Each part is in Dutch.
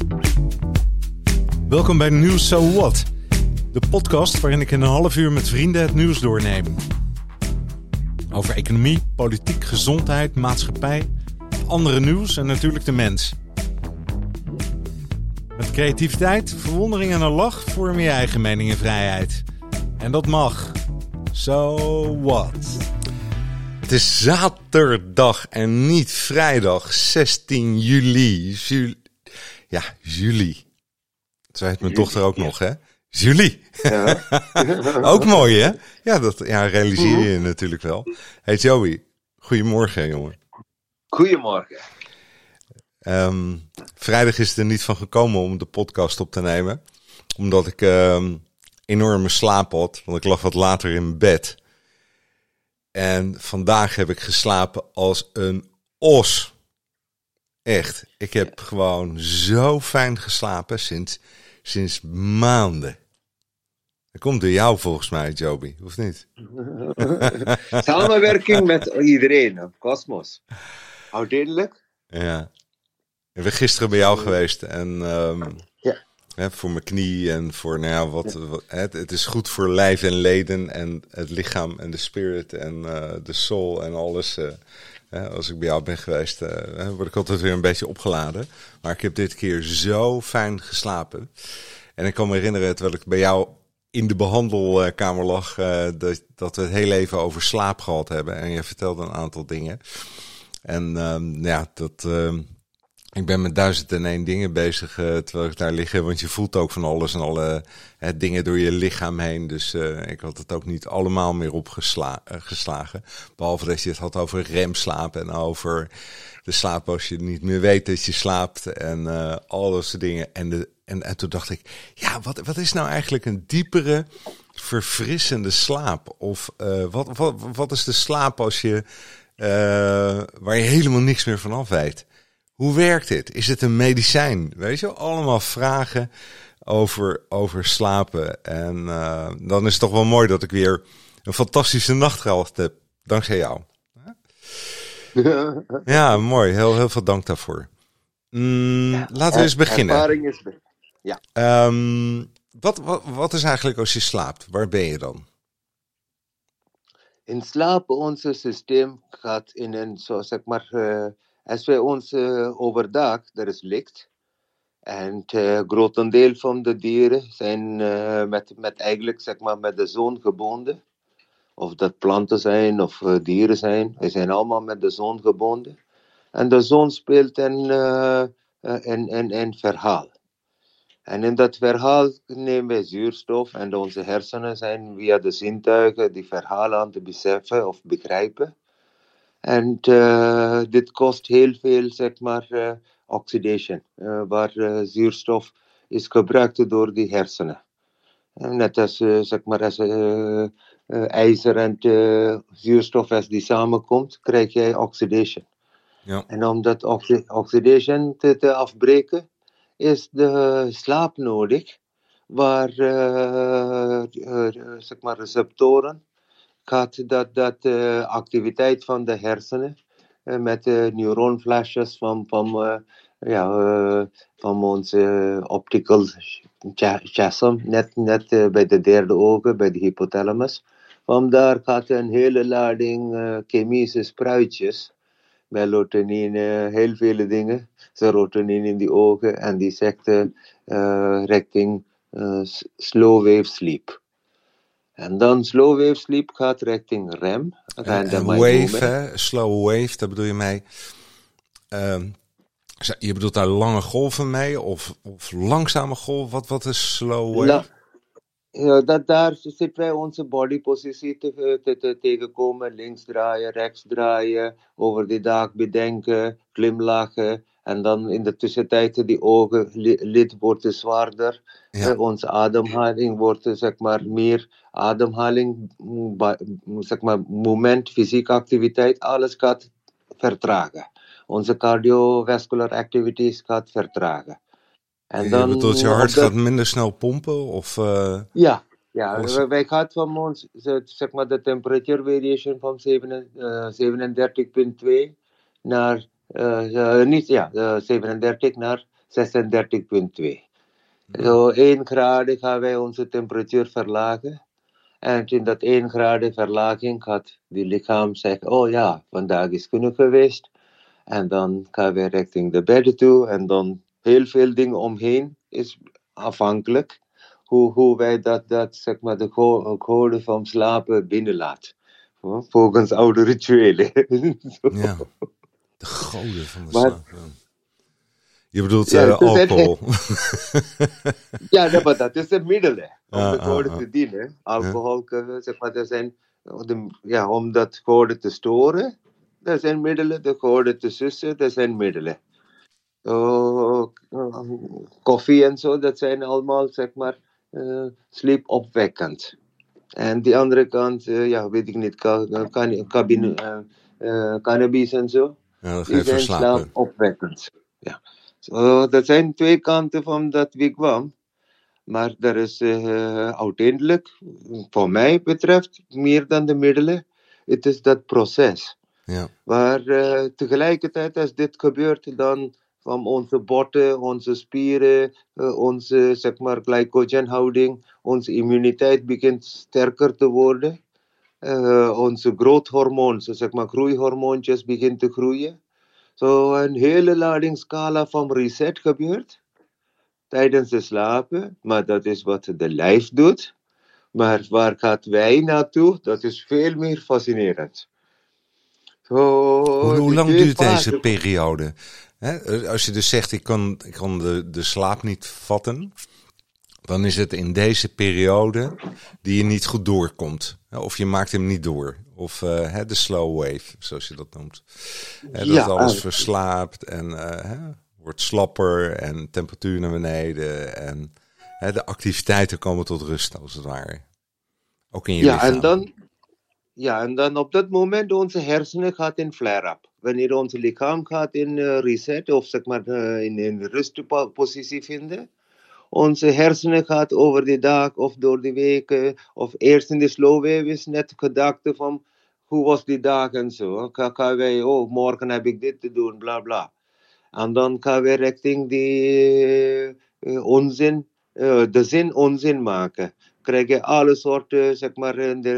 Welkom bij Nieuws So What, de podcast waarin ik in een half uur met vrienden het nieuws doorneem. Over economie, politiek, gezondheid, maatschappij, andere nieuws en natuurlijk de mens. Met creativiteit, verwondering en een lach vorm je eigen mening en vrijheid. En dat mag. So what? Het is zaterdag en niet vrijdag, 16 juli. Juli. Zo heet mijn dochter ook nog, hè? Julie. Ja. Ook mooi, hè? Ja, dat realiseer je natuurlijk wel. Hey Joey, goedemorgen, jongen. Goedemorgen. Vrijdag is het er niet van gekomen om de podcast op te nemen. Omdat ik enorme slaap had, want ik lag wat later in bed. En vandaag heb ik geslapen als een os. Echt. Ik heb gewoon zo fijn geslapen sinds maanden. Dat komt door jou volgens mij, Joby, of niet? Samenwerking met iedereen, Cosmos. Uiteindelijk. Ja. Ik ben gisteren bij jou geweest en voor mijn knie en voor, het is goed voor lijf en leden en het lichaam en de spirit en de soul en alles. Als ik bij jou ben geweest, word ik altijd weer een beetje opgeladen. Maar ik heb dit keer zo fijn geslapen. En ik kan me herinneren, terwijl ik bij jou in de behandelkamer lag, dat we het heel even over slaap gehad hebben. En je vertelde een aantal dingen. En ik ben met 1001 dingen bezig terwijl ik daar lig. Want je voelt ook van alles en alle dingen door je lichaam heen. Dus ik had het ook niet allemaal meer opgeslagen. Behalve dat je het had over remslaap en over de slaap als je niet meer weet dat je slaapt. En al dat soort dingen. En toen dacht ik, ja, wat is nou eigenlijk een diepere, verfrissende slaap? Of wat is de slaap als je waar je helemaal niks meer van af weet? Hoe werkt dit? Is het een medicijn? Weet je, allemaal vragen over slapen. En dan is het toch wel mooi dat ik weer een fantastische nacht gehad heb. Dankzij jou. Ja, mooi. Heel veel dank daarvoor. Laten we eens beginnen. Ervaring is ja. Wat is eigenlijk als je slaapt? Waar ben je dan? In slaap, ons systeem gaat in een, als wij ons overdag, er is licht. En het grotendeel van de dieren zijn met de zon gebonden. Of dat planten zijn of dieren zijn. Wij zijn allemaal met de zon gebonden. En de zon speelt een verhaal. En in dat verhaal nemen wij zuurstof. En onze hersenen zijn via de zintuigen die verhalen aan te beseffen of begrijpen. En dit kost heel veel, oxidation, waar zuurstof is gebruikt door die hersenen. Net als, ijzer en zuurstof, als die samenkomt, krijg je oxidation. Ja. En om dat oxidation te afbreken, is de slaap nodig, waar receptoren gaat dat activiteit van de hersenen met neuronflashes van onze optical chasm, net bij de derde ogen, bij de hypothalamus. Van daar gaat een hele lading chemische spruitjes, melatonine, heel vele dingen, serotonine in die ogen en die zegt richting slow wave sleep. En dan slow wave sleep gaat richting REM. En wave, hè? Slow wave, daar bedoel je mee. Je bedoelt daar lange golven mee of langzame golven? Wat is slow wave? Daar zitten wij onze bodypositie te tegenkomen. Links draaien, rechts draaien, over de dag bedenken, glimlachen. En dan in de tussentijd die ogenlid wordt zwaarder. Ja. Onze ademhaling wordt meer ademhaling, moment, fysieke activiteit, alles gaat vertragen. Onze cardiovascular activities gaat vertragen. En dan, je bedoelt, je hart gaat minder snel pompen? Of, Ja, wij gaan van ons, de temperature variation van 37,2 naar Niet, ja, 37 naar 36,2. Zo 1 graden gaan wij onze temperatuur verlagen. En in dat 1 graden verlaging gaat die lichaam zeggen, oh ja, vandaag is genoeg geweest. En dan gaan wij richting de bedden toe. En dan heel veel dingen omheen is afhankelijk. Hoe wij dat zeg maar, de goden van slapen binnenlaat. Volgens oude rituelen. Ja, de goden van de slaap. Je bedoelt alcohol. Ja, maar dat is het middelen om de goden te dienen. Alcohol, zeg maar, dat zijn, om dat goden te storen, dat zijn middelen. De goden te sussen, dat zijn middelen. Koffie en zo, dat zijn allemaal, zeg maar, sleepopwekkend. En die andere kant, weet ik niet, cannabis en zo. Ja, die zijn slaapopwekkend. Ja. Dat zijn 2 kanten van dat wigwam. Maar er is uiteindelijk, voor mij betreft, meer dan de middelen. Het is dat proces. Ja. Waar tegelijkertijd als dit gebeurt, dan van onze botten, onze spieren, onze zeg maar glycogenhouding, onze immuniteit begint sterker te worden. Onze growthormoon, zeg maar groeihormoontjes begint te groeien. Zo een hele ladingskala van reset gebeurt tijdens de slapen, maar dat is wat de lijf doet. Maar waar gaat wij naartoe? Dat is veel meer fascinerend. Hoe lang duurt deze periode? Als je dus zegt, ik kan de slaap niet vatten, dan is het in deze periode die je niet goed doorkomt. Of je maakt hem niet door. Of de slow wave, zoals je dat noemt. Dat alles verslaapt en wordt slapper en temperatuur naar beneden. En de activiteiten komen tot rust, als het ware. Ook in je lichaam. En dan op dat moment onze hersenen gaat in flare-up. Wanneer onze lichaam gaat in reset, of zeg maar in rustpositie vinden. Onze hersenen gaat over de dag of door de weken, of eerst in de slow wave is net gedachte van, hoe was die dag en zo. Gaan wij, morgen heb ik dit te doen, bla bla. En dan gaan we richting die onzin, de zin onzin maken. Krijg je alle soorten, zeg maar,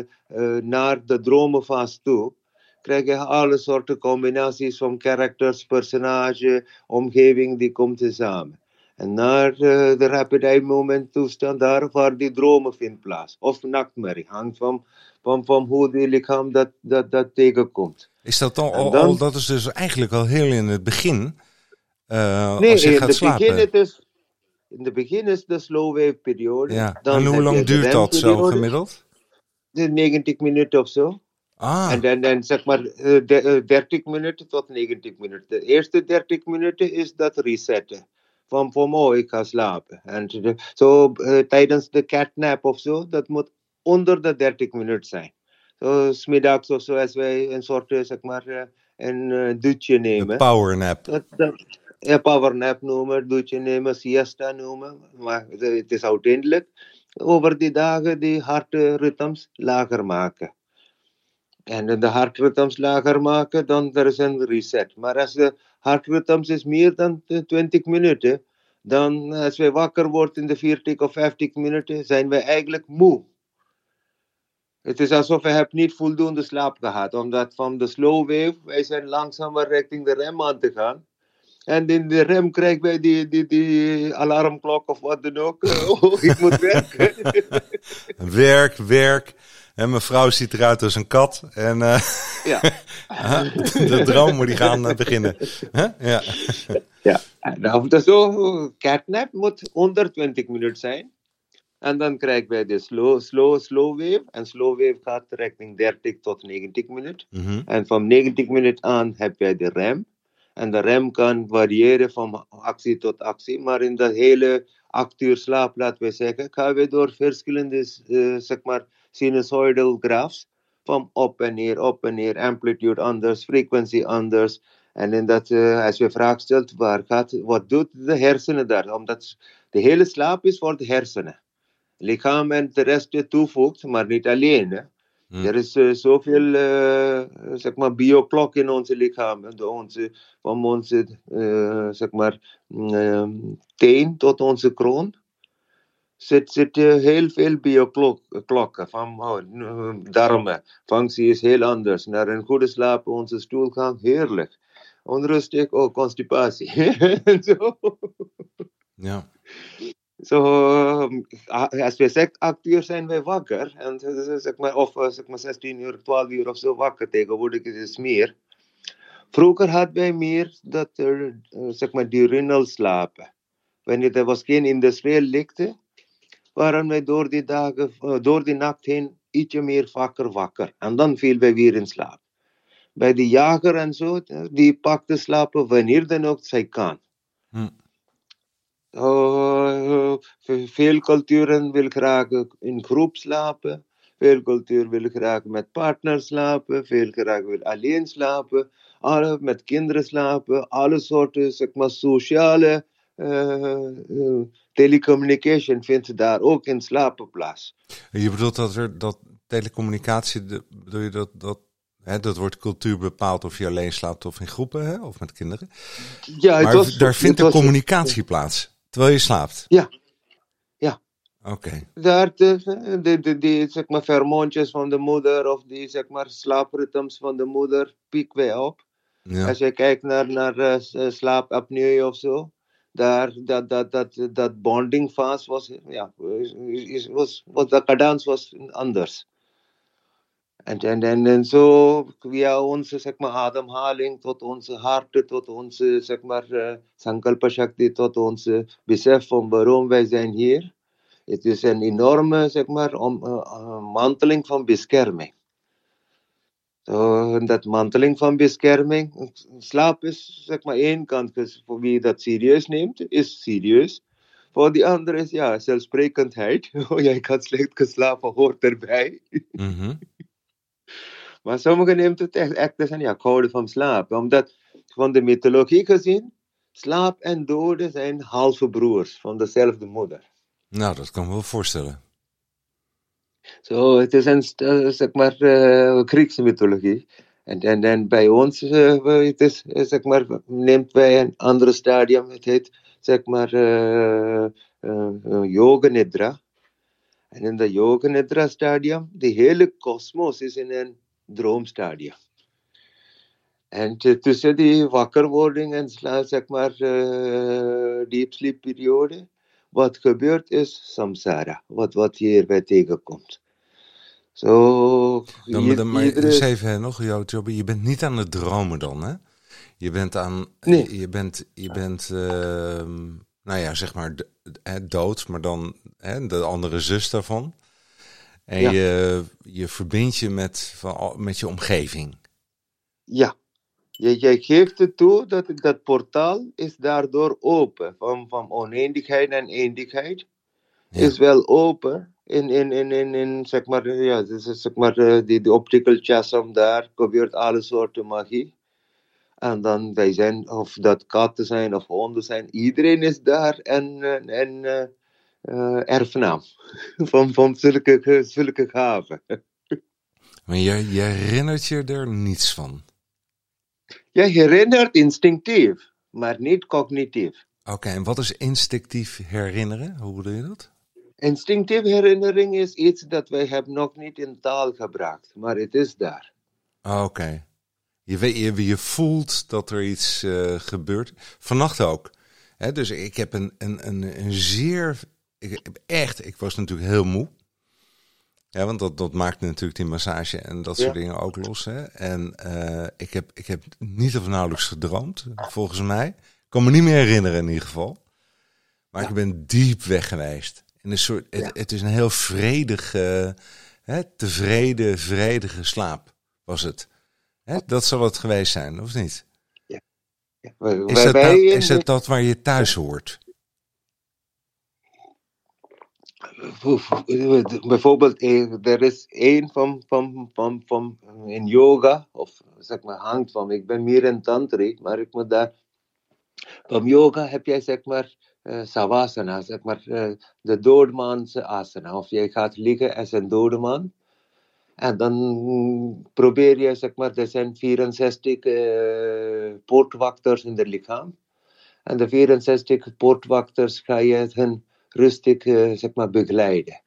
naar de dromenfase toe. Krijg je alle soorten combinaties van karakters, personage, omgeving, die komt samen. En naar de rapid eye moment toestand, daar waar die dromen vindt plaats. Of nachtmerrie, hangt van hoe die lichaam dat tegenkomt. Is dat dan dat is dus eigenlijk al heel in het begin, als je gaat slapen? In het begin is de slow wave periode. Ja. En hoe lang duurt dat zo gemiddeld? 90 minuten of zo. En dan zeg maar 30 minuten tot 90 minuten. De eerste 30 minuten is dat resetten. Van ik ga slapen. En zo tijdens de catnap of zo, dat moet onder de 30 minuten zijn. Zo 's middags of zo, als wij een soort, zeg maar, een dutje nemen. Een powernap. Powernap noemen, dutje nemen, siesta noemen. Maar het is uiteindelijk over die dagen die hartritmes lager maken. En de hartritmes lager maken, dan er is een reset. Maar als de hartritmes is meer dan 20 minuten, dan als wij wakker worden in de 40 of 50 minuten, zijn we eigenlijk moe. Het is alsof we niet voldoende slaap gehad. Omdat van de slow wave, wij zijn langzamer richting de rem aan te gaan. En in de rem krijgen wij die alarmklok of wat dan ook. Ik moet werken. Werk. En mijn vrouw ziet eruit als een kat. En de dromen die gaan beginnen. Ja. Nou, zo, catnap moet onder 20 minuten zijn. En dan krijgen wij de slow wave. En slow wave gaat richting 30 tot 90 minuten. Mm-hmm. En van 90 minuten aan heb jij de rem. En de rem kan variëren van actie tot actie. Maar in dat hele 8 uur slaap, laten we zeggen, gaan we door verschillende, zeg maar, sinusoidal graphs. Van op en neer, amplitude anders, frequency anders. En in dat, als je vraag stelt, wat doet de hersenen daar? Omdat de hele slaap is voor de hersenen. Lichaam en de rest toevoegt, maar niet alleen. Hè? Er is zoveel, zeg maar, bioklok in onze lichaam. Van onze, zeg maar, teen tot onze kroon. Zit heel veel bioklokken van darmen. Functie is heel anders. Naar een goede slaap, onze stoelgang, heerlijk. Onrustig, constipatie. Zo. Ja. Als we zegt 8 uur zijn wij wakker. En zeg maar, of zeg maar 16 uur, 12 uur of zo wakker. Tegenwoordig is het meer. Vroeger hadden wij meer dat zeg maar diurnal slapen. Wanneer er was geen industrieel lichten, waren wij door die nacht heen ietsje meer vaker wakker. En dan viel wij weer in slaap. Bij de jager en zo, die pakte slapen wanneer dan ook zij kan. Veel culturen wil graag in groep slapen. Veel cultuur wil graag met partners slapen. Veel graag wil alleen slapen. Alle met kinderen slapen. Alle soorten, zeg maar, sociale telecommunication vindt daar ook in slapen plaats. Je bedoelt dat telecommunicatie, bedoel je dat wordt cultuur bepaald of je alleen slaapt of in groepen, hè? Of met kinderen? Ja, maar daar vindt een communicatie plaats, terwijl je slaapt? Ja. Oké. Daar die zeg maar, hormoontjes van de moeder of die zeg maar, slaapritmes van de moeder pieken wij op. Ja. Als je kijkt naar slaapapneu of zo, daar dat bonding fase was, de cadans was anders. En zo via onze zeg maar, ademhaling tot onze harten, tot onze zeg maar, sankalpa shakti, tot onze besef van waarom wij zijn hier. Het is een enorme zeg maar, manteling van bescherming. Dat manteling van bescherming, slaap is zeg maar één kant, dus voor wie dat serieus neemt, is serieus. Voor die andere is ja, zelfsprekendheid. Jij kan slecht geslapen, hoort erbij. Maar sommigen neemt het echt als een code van slaap. Omdat van de mythologie gezien, slaap en doden zijn halve broers van dezelfde moeder. Nou, dat kan ik me wel voorstellen. Het is een, zeg maar, Griekse mythologie. En bij ons, het is, zeg maar, neemt wij een ander stadium. Het heet, zeg maar, Yoga Nidra. En in de Yoga Nidra stadium, de hele kosmos is in een droomstadium. En tussen die wakkerwording en, zeg maar, diepsliepperiode, wat gebeurt is samsara, wat je hierbij tegenkomt. Maar eens even nog, Joby, je bent niet aan het dromen dan, hè? Je bent aan, nee. je bent nou ja, zeg maar dood, maar dan de andere zus daarvan. En ja. je verbindt je met je omgeving. Ja. Jij geeft het toe dat portaal is daardoor open. Van oneindigheid en eindigheid is wel open. In zeg maar, ja, zeg maar, die optical chasm daar gebeurt alle soorten magie. En dan wij zijn, of dat katten zijn of honden zijn, iedereen is daar en erfnaam van zulke gaven. Maar je herinnert je er niets van? Je herinnert instinctief, maar niet cognitief. Oké, en wat is instinctief herinneren? Hoe bedoel je dat? Instinctieve herinnering is iets dat wij hebben nog niet in taal gebracht, maar het is daar. Oké. Je voelt dat er iets gebeurt. Vannacht ook. Dus ik heb een zeer... Ik was natuurlijk heel moe. Ja, want dat maakt natuurlijk die massage en dat soort dingen ook los. Hè? En ik heb niet of nauwelijks gedroomd, volgens mij. Ik kan me niet meer herinneren in ieder geval. Maar ik ben diep weg geweest. In een soort, het is een heel vredige, tevreden, vredige slaap was het. Dat zal het geweest zijn, of niet? Ja. Is het dat waar je thuis hoort? Bijvoorbeeld, er is één van in yoga, of zeg maar hangt van, ik ben meer in tantri, maar ik moet daar, van yoga heb jij zeg maar savasana, zeg maar de doodmanse asana, of jij gaat liggen als een dode man. En dan probeer je, zeg maar, er zijn 64 poortwachters in het lichaam. En de 64 poortwachters ga je hen rustig, zeg maar, begeleiden.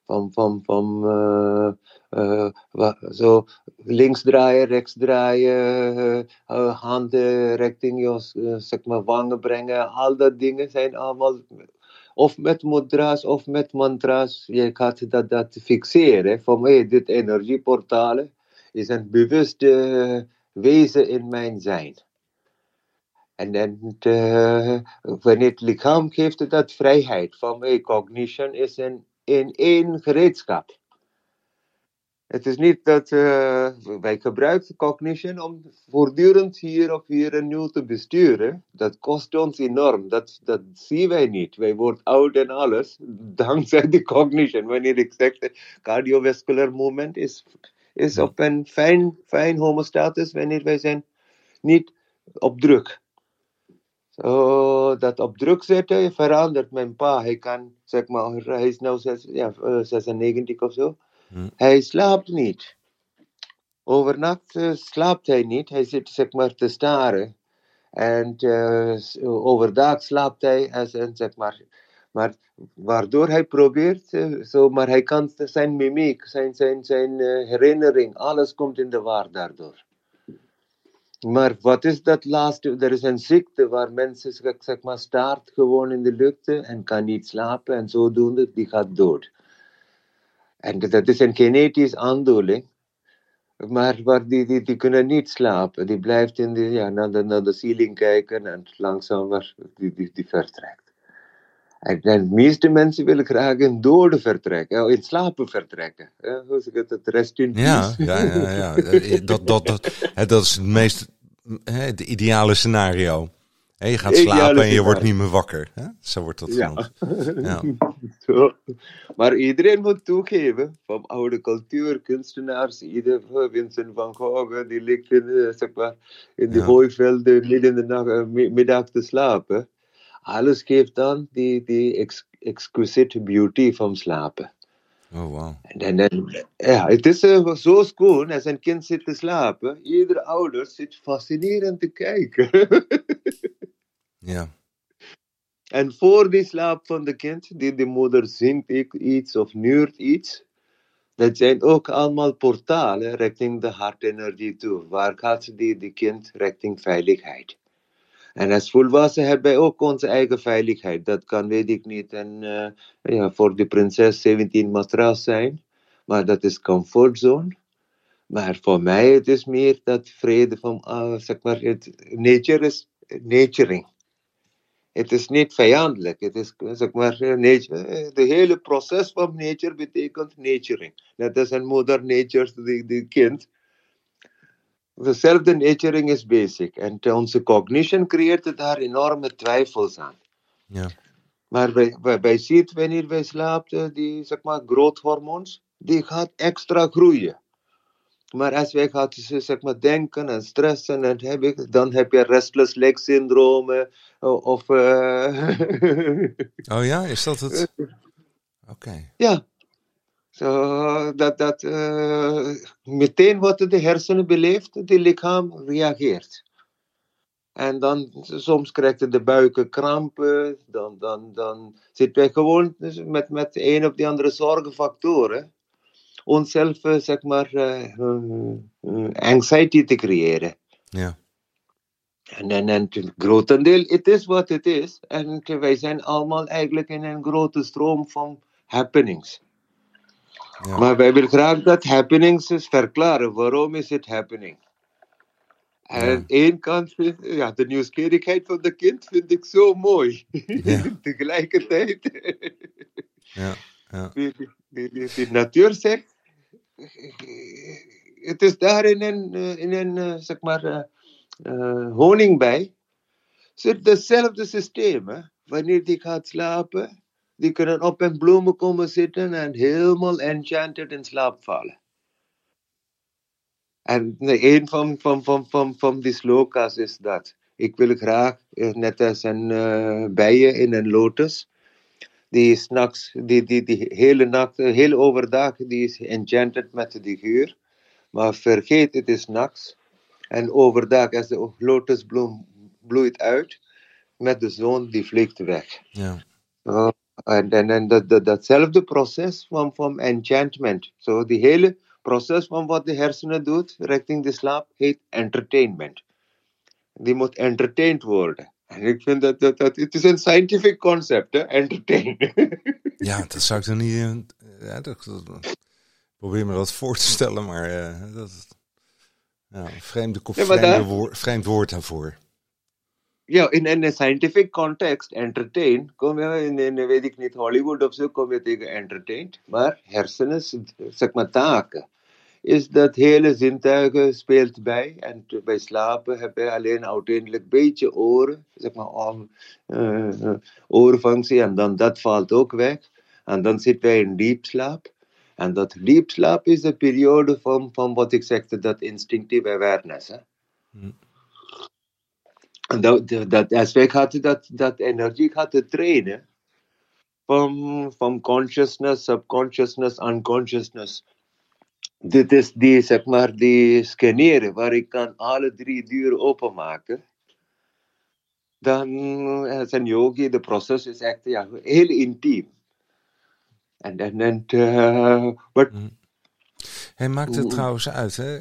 Zo links draaien, rechts draaien, handen richting je, zeg maar, wangen brengen. Al dat dingen zijn allemaal, of met mudra's of met mantra's. Je gaat dat fixeren. Van dit energieportaal is een bewuste wezen in mijn zijn. En wanneer het lichaam geeft dat vrijheid. Van cognition is in één gereedschap. Het is niet dat wij gebruiken cognition om voortdurend hier of hier en nu te besturen. Dat kost ons enorm. Dat zien wij niet. Wij worden oud en alles dankzij de cognition. Wanneer ik zeg dat cardiovascular movement is op een fijn homostatus wanneer wij zijn niet op druk. Dat op druk zetten verandert mijn pa. Hij kan, zeg maar, hij is nu 96 of zo. Hij slaapt niet. Overnacht slaapt hij niet. Hij zit, zeg maar, te staren. En overdag slaapt hij zeg maar. Maar waardoor hij probeert, maar hij kan zijn mimiek, zijn herinnering, alles komt in de war daardoor. Maar wat is dat laatste? Er is een ziekte waar mensen, zeg maar, staart gewoon in de lucht en kan niet slapen en zodoende, die gaat dood. En dat is een genetische aandoening. Maar waar die kunnen niet slapen. Die blijft naar de ceiling kijken en langzaam die vertrekt. En de meeste mensen willen graag in dode vertrekken, in slapen vertrekken. Hoe zeg ik het, rest in peace. Ja. Dat is het meest, het ideale scenario. Je gaat slapen en je wordt niet meer wakker. Zo wordt dat genoemd. Ja. Maar iedereen moet toegeven, van oude cultuur, kunstenaars, Vincent van Gogh, die ligt in de hooivelden midden in de middag te slapen. Alles geeft dan die exquisite beauty van slapen. Oh, wow. Het is zo schoon als een kind zit te slapen. Iedere ouder zit fascinerend te kijken. Ja. En voor die slaap van de kind, die de moeder zingt iets of neurt iets, dat zijn ook allemaal portalen richting de hartenergie toe. Waar gaat die kind richting veiligheid? En als volwassen hebben wij ook onze eigen veiligheid. Dat kan, weet ik niet, voor de prinses 17 matras zijn. Maar dat is comfortzone. Maar voor mij het is meer dat vrede van, zeg maar, nature is naturing. Het is niet vijandelijk. Het is, zeg maar, nature. De hele proces van nature betekent naturing. Net als een moeder nature die kind. Dezelfde naturing is basic. En onze cognition creëert daar enorme twijfels aan. Ja. Maar wij zien wanneer wij slapen, die, zeg maar, growthormoons, die gaat extra groeien. Maar als wij gaan, zeg maar, denken en stressen, dan heb je restless leg syndroom. Oh ja, is dat het? Oké. Ja. Meteen wat de hersenen beleeft, de lichaam reageert. En dan soms krijgt de buiken krampen, dan zitten wij gewoon met een of die andere zorgenfactoren onszelf, zeg maar, anxiety te creëren. Ja. En het grotendeel, het is wat het is. En wij zijn allemaal eigenlijk in een grote stroom van happenings. Ja. Maar wij willen graag dat happenings verklaren. Waarom is het happening? En één kant, de nieuwsgierigheid van de kind vind ik zo mooi. Ja. Tegelijkertijd. Die natuur zegt, het is daar in een zeg maar, honing bij. Zit hetzelfde systeem. Hè? Wanneer die gaat slapen, die kunnen op een bloemen komen zitten en helemaal enchanted in slaap vallen. En een van die slokas is dat. Ik wil graag, net als een bijen in een lotus, Die is nachts, die hele nacht, heel overdag, die is enchanted met de geur. Maar vergeet, het is nachts. En overdag, als de lotusbloem bloeit uit, met de zon, die vliegt weg. Ja. En datzelfde proces van enchantment. Zo, die hele proces van wat de hersenen doet, richting de slaap, heet entertainment. Die moet entertained worden. En ik vind dat het is een scientific concept, hè? Entertain. Ja, dat zou ik dan niet... probeer me dat voor te stellen, maar vreemd woord daarvoor. Ja, in een scientific context, entertain, kom je in weet ik niet, Hollywood of zo, kom je tegen entertained. Maar hersenen, zeg maar taken, is dat hele zintuigen speelt bij. En bij slapen heb je alleen uiteindelijk een beetje oren, zeg maar oorfunctie, en dan dat valt ook weg. En dan zitten wij in diepslaap. En dat diepslaap is de periode van wat ik zeg, dat instinctive awareness. Hè? En dat aspect had dat energie had te trainen van consciousness, subconsciousness, unconsciousness. Dit is die, zeg maar, die scanneren waar ik kan alle 3 deuren openmaken. Dan als een yogi, de proces is echt heel intiem. Hij maakt het trouwens uit, hè?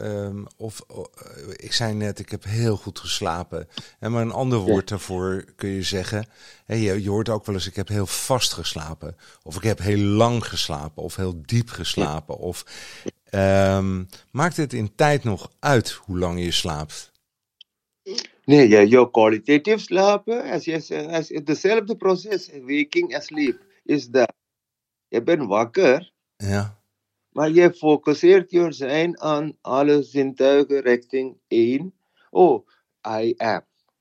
Ik zei net, ik heb heel goed geslapen. Maar een ander woord daarvoor kun je zeggen. Je hoort ook wel eens, ik heb heel vast geslapen. Of ik heb heel lang geslapen. Of heel diep geslapen. Of maakt het in tijd nog uit hoe lang je slaapt? Nee, jouw kwalitatief slapen, als hetzelfde proces, waking en sleep, is dat je bent wakker. Ja. Maar je focuseert je zijn aan alle zintuigen richting 1. Oh, I am.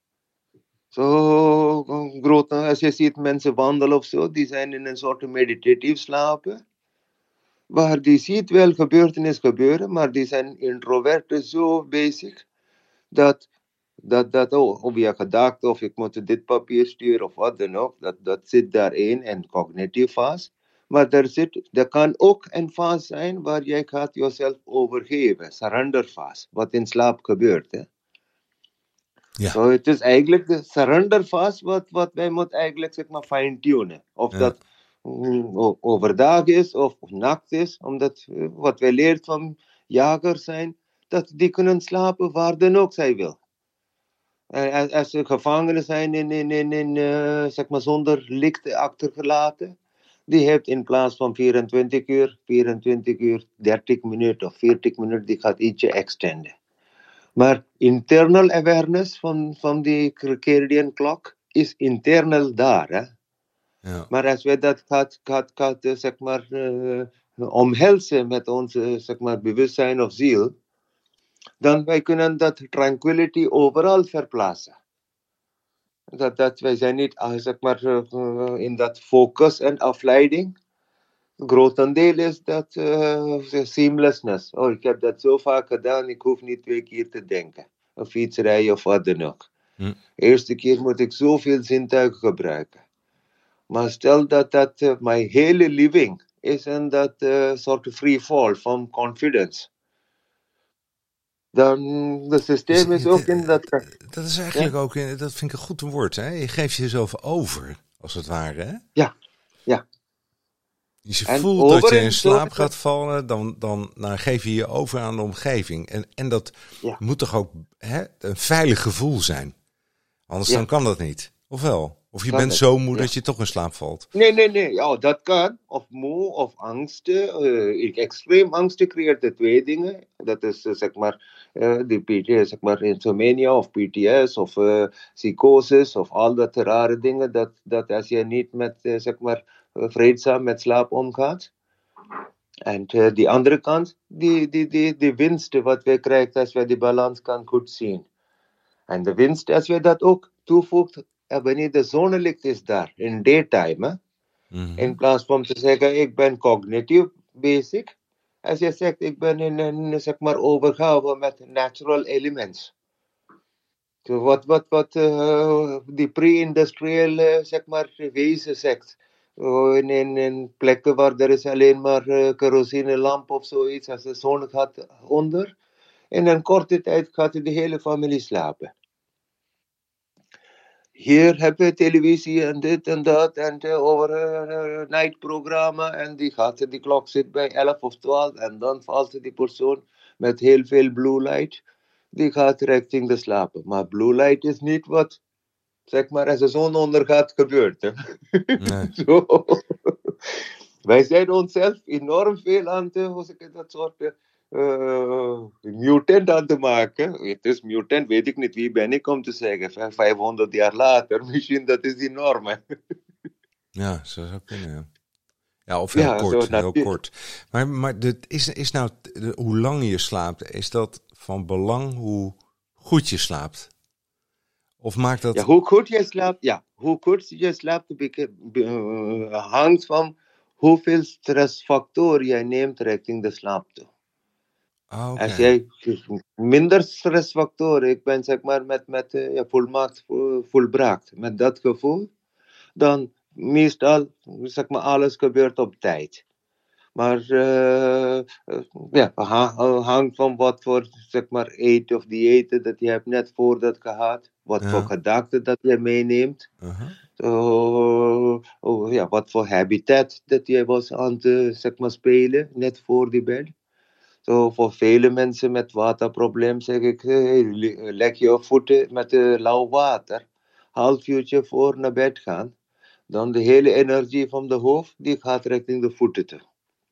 Zo groot, als je ziet mensen wandelen of zo, die zijn in een soort meditatief slapen. Waar die ziet wel gebeurtenis gebeuren, maar die zijn introverten zo bezig dat via gedachten of ik moet dit papier sturen of wat dan ook, dat zit daarin en cognitief fase. Maar er kan ook een fase zijn waar jij gaat jezelf overgeven, surrender fase, wat in slaap gebeurt. Hè? Ja. So, het is eigenlijk de surrender fase wat wij moeten eigenlijk zeg maar fine-tunen. Of dat overdag is of nacht is, omdat wat wij leert van jagers zijn, dat die kunnen slapen waar dan ook zij wil. Als ze gevangenen zijn in zeg maar zonder licht achtergelaten, die heeft in plaats van 24 uur, 30 minuten of 40 minuten, die gaat ietsje extenden. Maar internal awareness van die circadian clock is internal daar. Hè? Ja. Maar als wij dat gaat zeg maar, omhelzen met ons zeg maar, bewustzijn of ziel, dan wij kunnen dat tranquility overal verplaatsen. Dat wij zijn niet zeg maar, in dat focus en afleiding. Grotendeel is dat seamlessness. Oh, ik heb dat zo vaak gedaan, ik hoef niet 2 keer te denken. Of fietsrijden of wat dan ook. Eerste keer moet ik zoveel zintuigen gebruiken. Maar stel dat mijn hele living is in dat soort free fall van confidence. Dan het systeem is ook in dat... Dat is eigenlijk ook, dat vind ik een goed woord. Hè? Je geeft jezelf over, als het ware. Hè? Ja. Als je voelt dat je in slaap gaat vallen, dan geef je je over aan de omgeving. En dat moet toch ook een veilig gevoel zijn? Anders dan kan dat niet. Of wel? Of je bent zo moe dat je toch in slaap valt? Nee. Ja, dat kan. Of moe, of angsten. Extreem angsten creëert de 2 dingen. Dat is zeg maar de PTS, zeg maar insomnia of PTS of psychoses of al dat rare dingen. Dat als je niet met zeg maar vreedzaam met slaap omgaat. En die andere kant, die winst wat wij krijgen als wij die balans kan goed zien. En de winst, als wij dat ook toevoegt, wanneer de zonnelicht is daar, in daytime, in plaats van te zeggen, ik ben cognitief bezig. Als je zegt, ik ben in een, zeg maar, overgave met natural elements. So wat die pre-industrial, zeg maar, wezen zegt. in plekken waar er is alleen maar kerosinelamp of zoiets, als de zon gaat onder. In een korte tijd gaat de hele familie slapen. Hier hebben we televisie en dit en dat en over een nightprogramma en die klok zit bij 11 of 12 en dan valt die persoon met heel veel blue light, die gaat richting de slapen. Maar blue light is niet wat, zeg maar, als de zon ondergaat gebeurt. Hè? Nee. Zo. Wij zijn onszelf enorm veel aan dat soort mutant aan te maken. Het is mutant, weet ik niet wie ben ik om te zeggen. 500 jaar later, misschien dat is enorm. Ja, zo zou kunnen, ja. Ja, of heel kort, heel kort. Maar is nou, hoe lang je slaapt, is dat van belang hoe goed je slaapt? Of maakt dat... Ja, hoe goed je slaapt, hangt van hoeveel stressfactoren jij neemt richting de slaap toe. Okay. Als jij minder stressfactoren, ik ben zeg maar met volbracht, met dat gevoel, dan meestal, zeg maar, alles gebeurt op tijd. Maar hangt van wat voor, zeg maar, eten of diëten dat je hebt net voor dat gehad. Wat voor gedachten dat je meeneemt. Wat voor habitat dat je was aan het, zeg maar, spelen, net voor die bed. Voor vele mensen met waterprobleem zeg ik, leg je voeten met lauw water. Half uurtje voor naar bed gaan. Dan de hele energie van de hoofd, die gaat richting de voeten toe.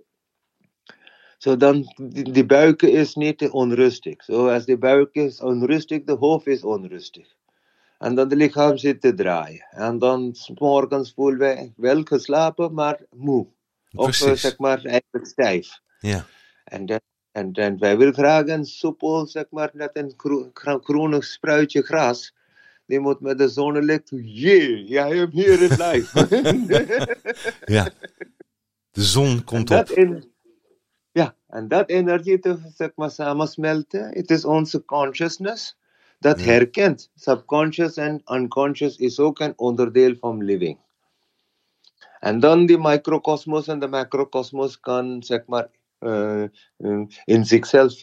Dan, die buik is niet onrustig. Als de buik is onrustig, de hoofd is onrustig. En dan de lichaam zit te draaien. En dan 's morgens voelen wij wel geslapen, maar moe. Precies. Of zeg maar eigenlijk stijf. Ja. En wij willen graag een soepel, zeg maar, net een groenig spruitje gras. Die moet met de zonnelicht, I am here in life. Ja, de zon komt op. En dat energie te, zeg maar, samensmelten, het is onze consciousness dat herkent. Subconscious en unconscious is ook een onderdeel van living. En dan die microcosmos en de macrocosmos kan, zeg maar, in zichzelf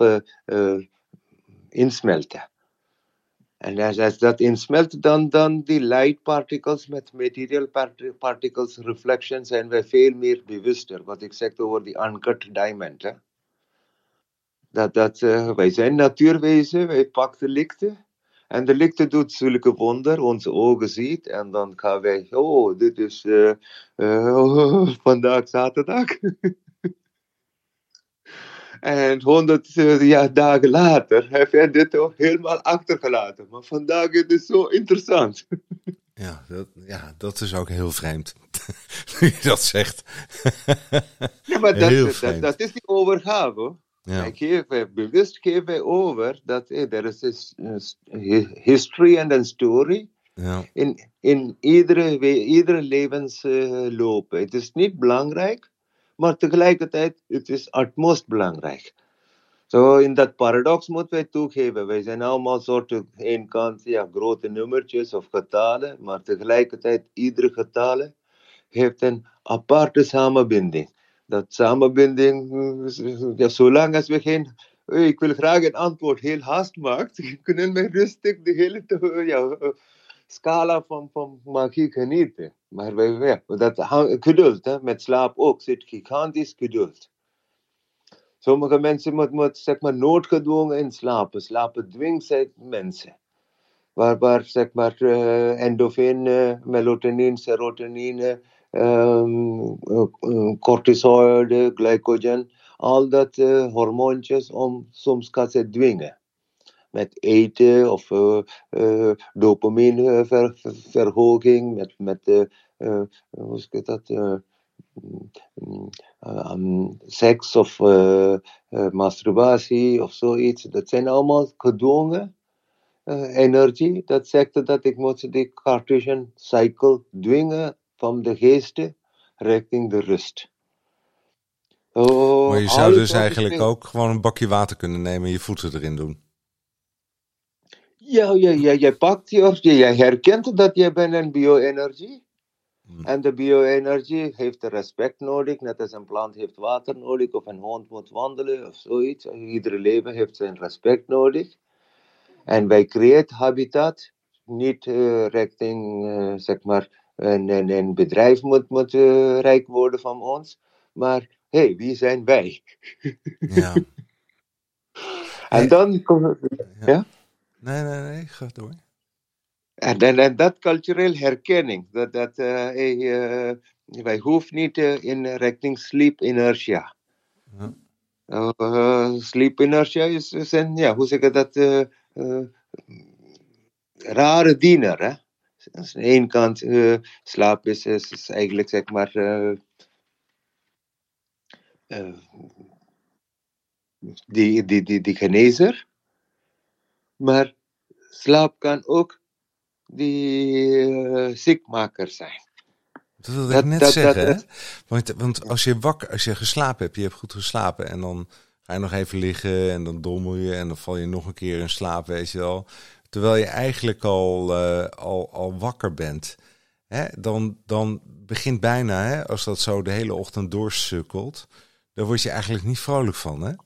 insmelten. En als dat insmelt, dan die light particles met material particles reflection zijn wij veel meer bewuster. Wat ik zeg over die uncut diamond. Hè? Wij zijn natuurwezen, wij pakken lichten. En de lichte doet zulke wonder, onze ogen ziet. En dan gaan wij, dit is vandaag zaterdag. En 100 dagen later heb je dit ook helemaal achtergelaten. Maar vandaag is het zo interessant. Dat is ook heel vreemd. Nu je dat zegt. Ja, maar dat is die overgave. Ja. Bewust geven wij over dat er is history en een story in iedere levensloop. Het is niet belangrijk, maar tegelijkertijd het is utmost belangrijk. In dat paradox moeten wij toegeven. Wij zijn allemaal soorten, één kant, grote nummertjes of getallen, maar tegelijkertijd iedere getallen heeft een aparte samenbinding. Dat samenbinding, zolang als we geen, ik wil graag een antwoord heel haast maken, kunnen we rustig de hele scala van magie genieten. Maar dat geduld, met slaap ook, zit gigantisch geduld. Sommige mensen moeten zeg maar noodgedwongen in slapen. Slapen dwingt mensen. Waar zeg maar endorfine, melatonine, serotonine, cortisol, glycogen, al dat hormoontjes om soms gaat ze dwingen. Met eten of dopamineverhoging, met hoe is dat? Seks of masturbatie of zoiets. Dat zijn allemaal gedwongen energie. Dat zegt dat ik moet die Cartesian cycle dwingen van de geesten richting de rust. Maar je zou dus eigenlijk ook gewoon een bakje water kunnen nemen en je voeten erin doen. Ja, jij pakt jij herkent dat jij bent een bio-energie. En de bio-energie heeft respect nodig, net als een plant heeft water nodig, of een hond moet wandelen, of zoiets. Iedere leven heeft zijn respect nodig. En wij creëren habitat, niet richting, zeg maar, een bedrijf moet rijk worden van ons, maar hey, wie zijn wij? Ja. En dan ja? Nee, ga door. En dat cultureel herkenning, wij hoeven niet in richting sleep inertia. Sleep inertia is een, ja, hoe zeg ik dat, rare diener, hè? Aan de ene kant, slaap is eigenlijk, zeg maar, die genezer. Maar slaap kan ook die ziekmaker zijn. Dat wilde ik net zeggen, hè? Want als je geslapen hebt, je hebt goed geslapen en dan ga je nog even liggen en dan dommel je en dan val je nog een keer in slaap, weet je wel. Terwijl je eigenlijk al wakker bent. Hè? Dan begint bijna, hè, als dat zo de hele ochtend doorsukkelt, dan word je eigenlijk niet vrolijk van, hè?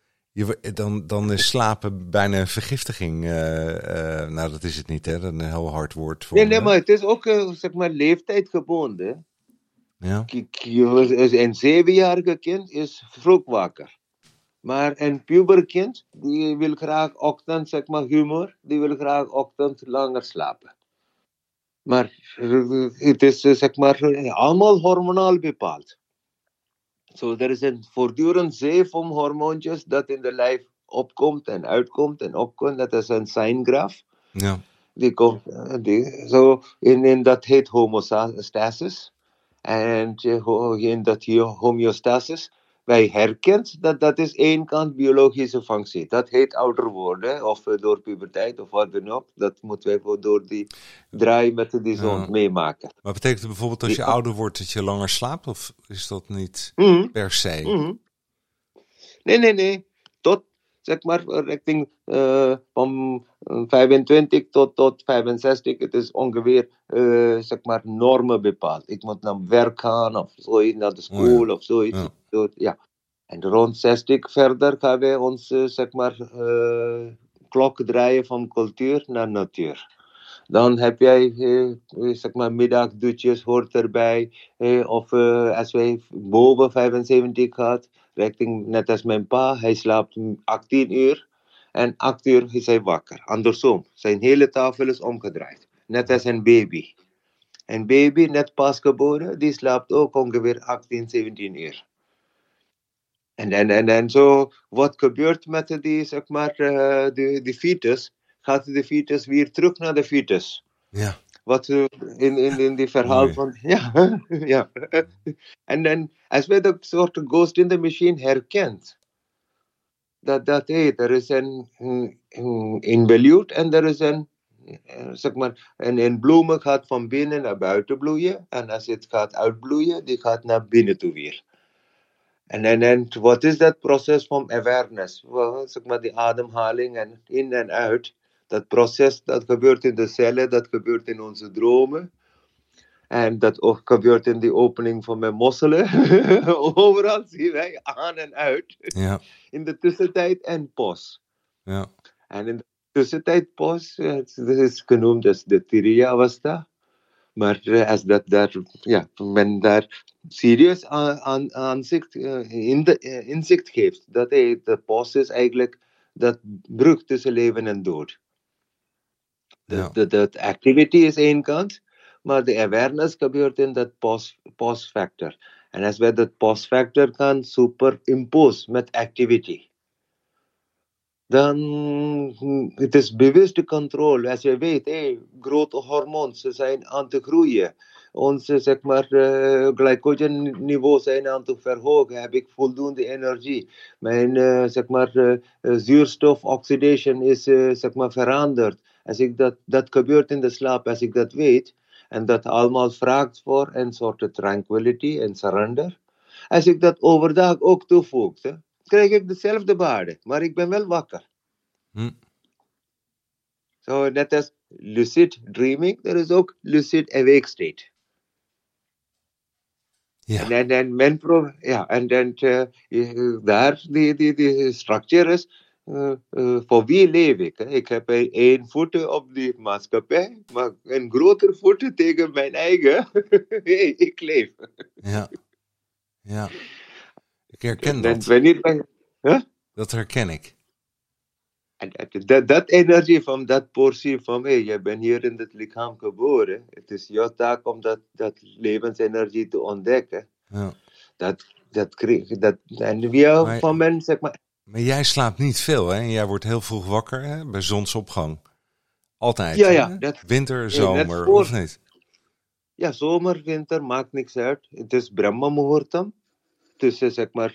Dan is slapen bijna een vergiftiging. Nou, dat is het niet, hè? Dat is een heel hard woord voor. Nee, maar het is ook, zeg maar, leeftijdgebonden. Ja. Een 7-jarige kind is vroeg wakker. Maar een puberkind, die wil graag ochtend, zeg maar, humor, die wil graag ochtend langer slapen. Maar het is, zeg maar, allemaal hormonaal bepaald. So er is een voortdurend zee van hormoontjes dat in de lijf opkomt en uitkomt en opkomt. Dat is een seingraf. Ja. Die komt, in dat heet homostasis. En in dat homeostasis, wij herkent dat is één kant biologische functie. Dat heet ouder worden, of door puberteit, of wat dan ook. Dat moeten wij door die draai met die zon meemaken. Maar betekent het bijvoorbeeld als je ouder wordt dat je langer slaapt? Of is dat niet per se? Nee. Tot, zeg maar, richting van 25 tot 65. Het is ongeveer, zeg maar, normen bepaald. Ik moet naar werk gaan of zoiets, naar de school of zoiets. Ja. En rond 60 verder gaan wij ons, zeg maar, klok draaien van cultuur naar natuur. Dan heb jij, zeg maar, middagdutjes hoort erbij. Of als wij boven 75 gaat, richting, net als mijn pa, hij slaapt 18 uur. En 8 uur is hij wakker. Andersom, zijn hele tafel is omgedraaid. Net als een baby. Een baby, net pas geboren, die slaapt ook ongeveer 18, 17 uur. En zo, wat gebeurt met die, zeg maar, de fetus? Gaat de fetus weer terug naar de fetus? Ja. Wat in die verhaal van, ja. En dan, als wij dat soort ghost in the machine herkent, dat er is een inbeeld en er is een, zeg maar, een bloemen gaat van binnen naar buiten bloeien. En als het gaat uitbloeien, die gaat naar binnen toe weer. En wat is dat proces van awareness? Well, zeg maar die ademhaling en in en uit. Dat proces dat gebeurt in de cellen, dat gebeurt in onze dromen. En dat ook gebeurt in de opening van mijn mosselen. Overal zien wij aan en uit. Ja. In de tussentijd en pos. Ja. En in de tussentijd pos, het is genoemd als de Tiriya-avastha. Maar als dat daar, ja, men daar serieus inzicht geeft, dat de pos is eigenlijk dat brug tussen leven en dood. De activity is één kant, maar de awareness gebeurt in dat pause factor. En als wij dat pause factor kan superimpose met activity, dan het is bewuste controle. Als je weet, grote hormonen zijn aan te groeien. Onze, zeg maar, glycogen niveaus zijn aan te verhogen. Heb ik voldoende energie. Mijn, zeg maar, zuurstof oxidation is, zeg maar, veranderd. Als ik dat gebeurt in de slaap, als ik dat weet, en dat allemaal vraagt voor een soort tranquility en surrender. Als ik dat overdag ook toevoeg, krijg ik dezelfde waarde, maar ik ben wel wakker. Zo net als lucid dreaming, er is ook lucid awake state. Ja. En daar die structure is. Voor wie leef ik? Ik heb 1 voet op die maatschappij, maar een groter voet tegen mijn eigen. Hey, ik leef. Ja. Ik herken En dat. wanneer Dat herken ik. En dat energie van dat portie van hey, je bent hier in het lichaam geboren. Het is jouw taak om dat levensenergie te ontdekken. Ja. En wie van mensen, zeg maar. Maar jij slaapt niet veel, hè? Jij wordt heel vroeg wakker, hè? Bij zonsopgang. Altijd. Ja. Winter, zomer, of niet? Ja, zomer, winter, maakt niks uit. Het is Brahma Muhurtam. Tussen, zeg maar,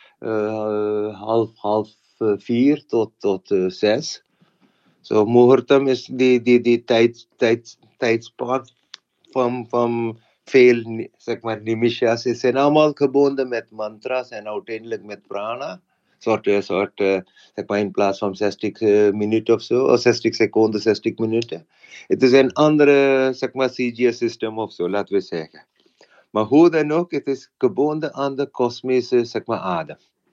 3:30 tot 6. Zo, Muhurtam is die tijdspan van veel, zeg maar, nimishas. Ze zijn allemaal gebonden met mantras en uiteindelijk met prana. Soort, zeg maar, in plaats van 60 minuten of zo, of 60 seconden, 60 minuten. Het is een andere, zeg maar, CGS-systeem of zo, laten we zeggen. Maar hoe dan ook, het is gebonden aan de kosmische, zeg maar, adem.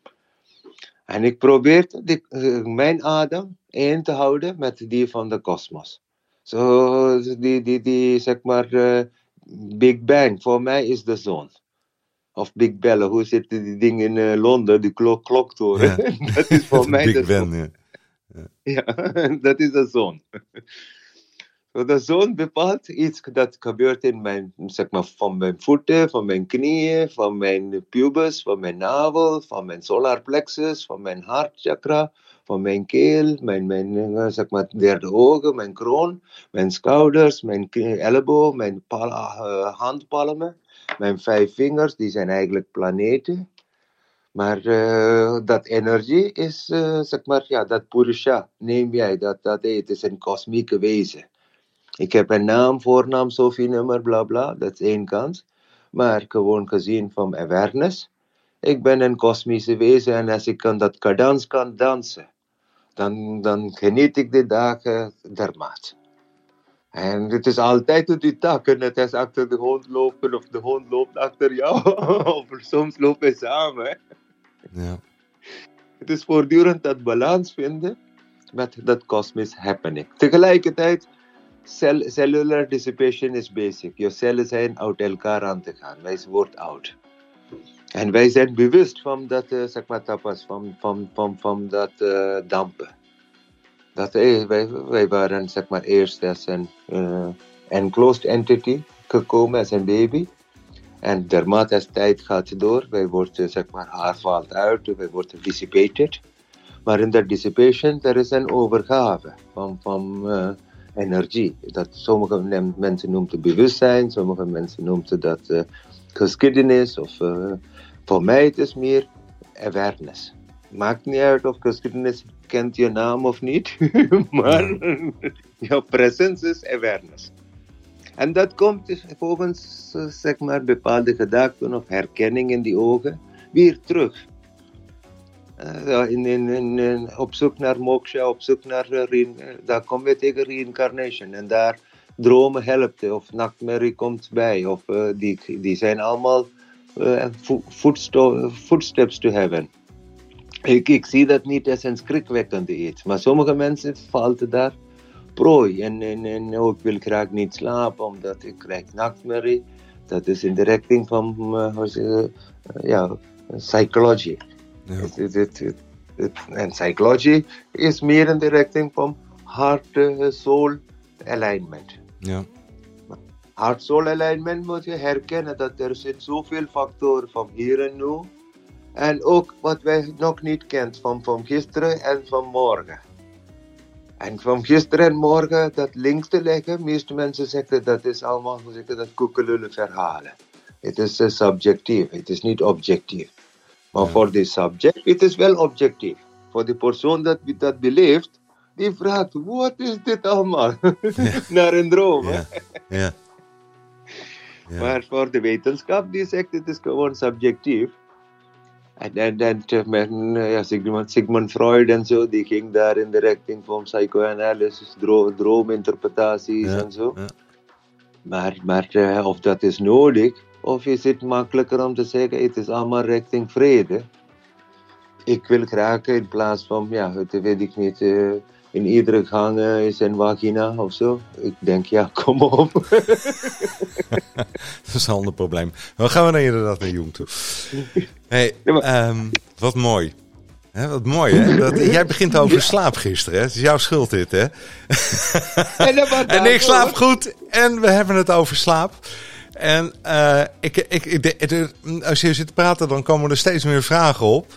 En ik probeer mijn adem één te houden met die van de kosmos. Zo, die zeg maar, Big Bang, voor mij is de zon. Of Big Bell, hoe zit die ding in Londen, die kloktoren. Ja. Dat is voor mij Big Ben, ja. Ja, dat is de zon. De zon bepaalt iets dat gebeurt in mijn, zeg maar, van mijn voeten, van mijn knieën, van mijn pubis, van mijn navel, van mijn solar plexus, van mijn hartchakra, van mijn keel, mijn zeg maar, derde ogen, mijn kroon, mijn schouders, mijn elleboog, mijn handpalmen, mijn 5 vingers, die zijn eigenlijk planeten. Maar dat energie is, zeg maar, ja, dat Purusha, neem jij, het is een kosmieke wezen. Ik heb een naam, voornaam, Sophie-nummer, bla bla, dat is 1 kant. Maar gewoon gezien van awareness, ik ben een kosmische wezen en als ik dat cadans kan dansen, dan geniet ik de dagen dermate. En het is altijd die takken, net als achter de hond lopen of de hond loopt achter jou, of soms lopen we samen. Ja. Het is voortdurend dat balans vinden met dat cosmic happening. Tegelijkertijd, cellular dissipation is basic. Je cellen zijn uit elkaar aan te gaan. Wij worden oud. En wij zijn bewust van dat, zeg maar, tapas, van dat dampen. Dat, wij waren, zeg maar, eerst als een enclosed entity gekomen als een baby. En naarmate als tijd gaat door, wij worden, zeg maar, haar valt uit, wij worden dissipated. Maar in dat dissipation, er is een overgave van energie. Dat sommige mensen noemen het bewustzijn, sommige mensen noemen dat geschiedenis. Of voor mij het is meer awareness. Maakt niet uit of geschiedenis kent je naam of niet, maar jouw presence is awareness. En dat komt volgens, zeg maar, bepaalde gedachten of herkenning in die ogen weer terug. Op zoek naar moksha, op zoek naar daar kom je tegen reincarnation. En daar dromen helpt, of nachtmerrie komt bij. Of die zijn allemaal footsteps to heaven. Ik zie dat niet als een schrikwekkende iets. Maar sommige mensen vallen daar prooi. En ik wil graag niet slapen, omdat ik krijg nachtmerrie. Dat is in de richting van psychology. Ja. En psychology is meer in de richting van heart-soul alignment. Ja. Heart-soul alignment moet je herkennen dat er zijn zoveel factoren van hier en nu. En ook wat wij nog niet kennen van gisteren en van morgen. En van gisteren en morgen dat links te leggen, meeste mensen zeggen dat is allemaal, hoe zeg je dat, koekelullen verhalen. Het is subjectief, het is niet objectief. Maar voor de subject, het is wel objectief. Voor de persoon dat beleeft, die vraagt, wat is dit allemaal? Naar een droom. Ja. Maar voor de wetenschap, die zegt het is gewoon subjectief. En Sigmund Freud en zo, die ging daar in de richting van psychoanalysis, droominterpretaties en zo. Ja. Maar of dat is nodig, Of is het makkelijker om te zeggen, het is allemaal richting vrede? Ik wil graag in plaats van, weet ik niet, in iedere gang is een vagina of zo. Ik denk, kom op. Dat is een ander probleem. Dan gaan we dan inderdaad naar Jung toe. Hey, wat mooi. Wat mooi, hè? Jij begint over slaap gisteren, hè? Het is jouw schuld dit, hè? En ik slaap goed en we hebben het over slaap. En als je zit te praten, dan komen er steeds meer vragen op.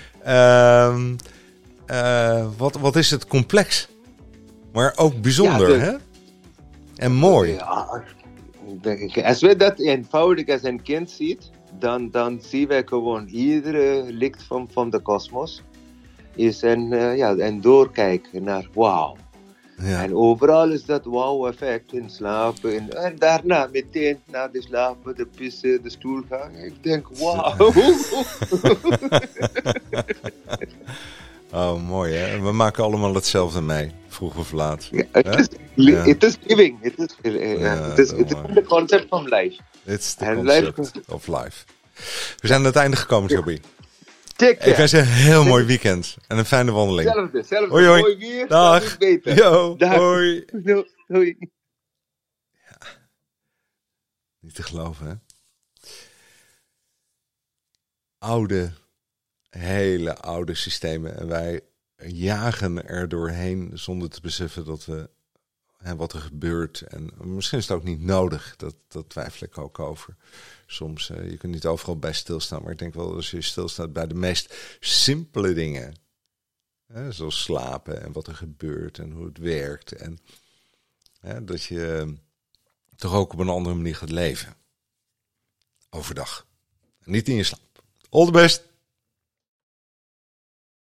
Wat is het complex? Maar ook bijzonder, hè? En mooi. Als we dat eenvoudig als een kind ziet, dan zien we gewoon iedere licht van de kosmos is een doorkijk naar wauw. Ja. En overal is dat wow-effect in slapen. En daarna meteen na de slapen, de pissen, de stoelgang. Ik denk wauw. Oh, mooi hè. We maken allemaal hetzelfde mee, vroeg of laat. Het is living. Het is het concept of life. It's the concept of life. We zijn aan het einde gekomen, Joby. Ik wens je een heel mooi weekend en een fijne wandeling. Hetzelfde. Hoi, hoi. Mooi weer. Dag. Yo, dag. Hoi. Hoi. Ja. Niet te geloven, hè? Hele oude systemen. En wij jagen er doorheen zonder te beseffen dat we wat er gebeurt. En misschien is het ook niet nodig. Dat twijfel ik ook over. Soms, je kunt niet overal bij stilstaan. Maar ik denk wel, als je stilstaat bij de meest simpele dingen. Zoals slapen en wat er gebeurt en hoe het werkt. En dat je toch ook op een andere manier gaat leven. Overdag. En niet in je slaap. All the best.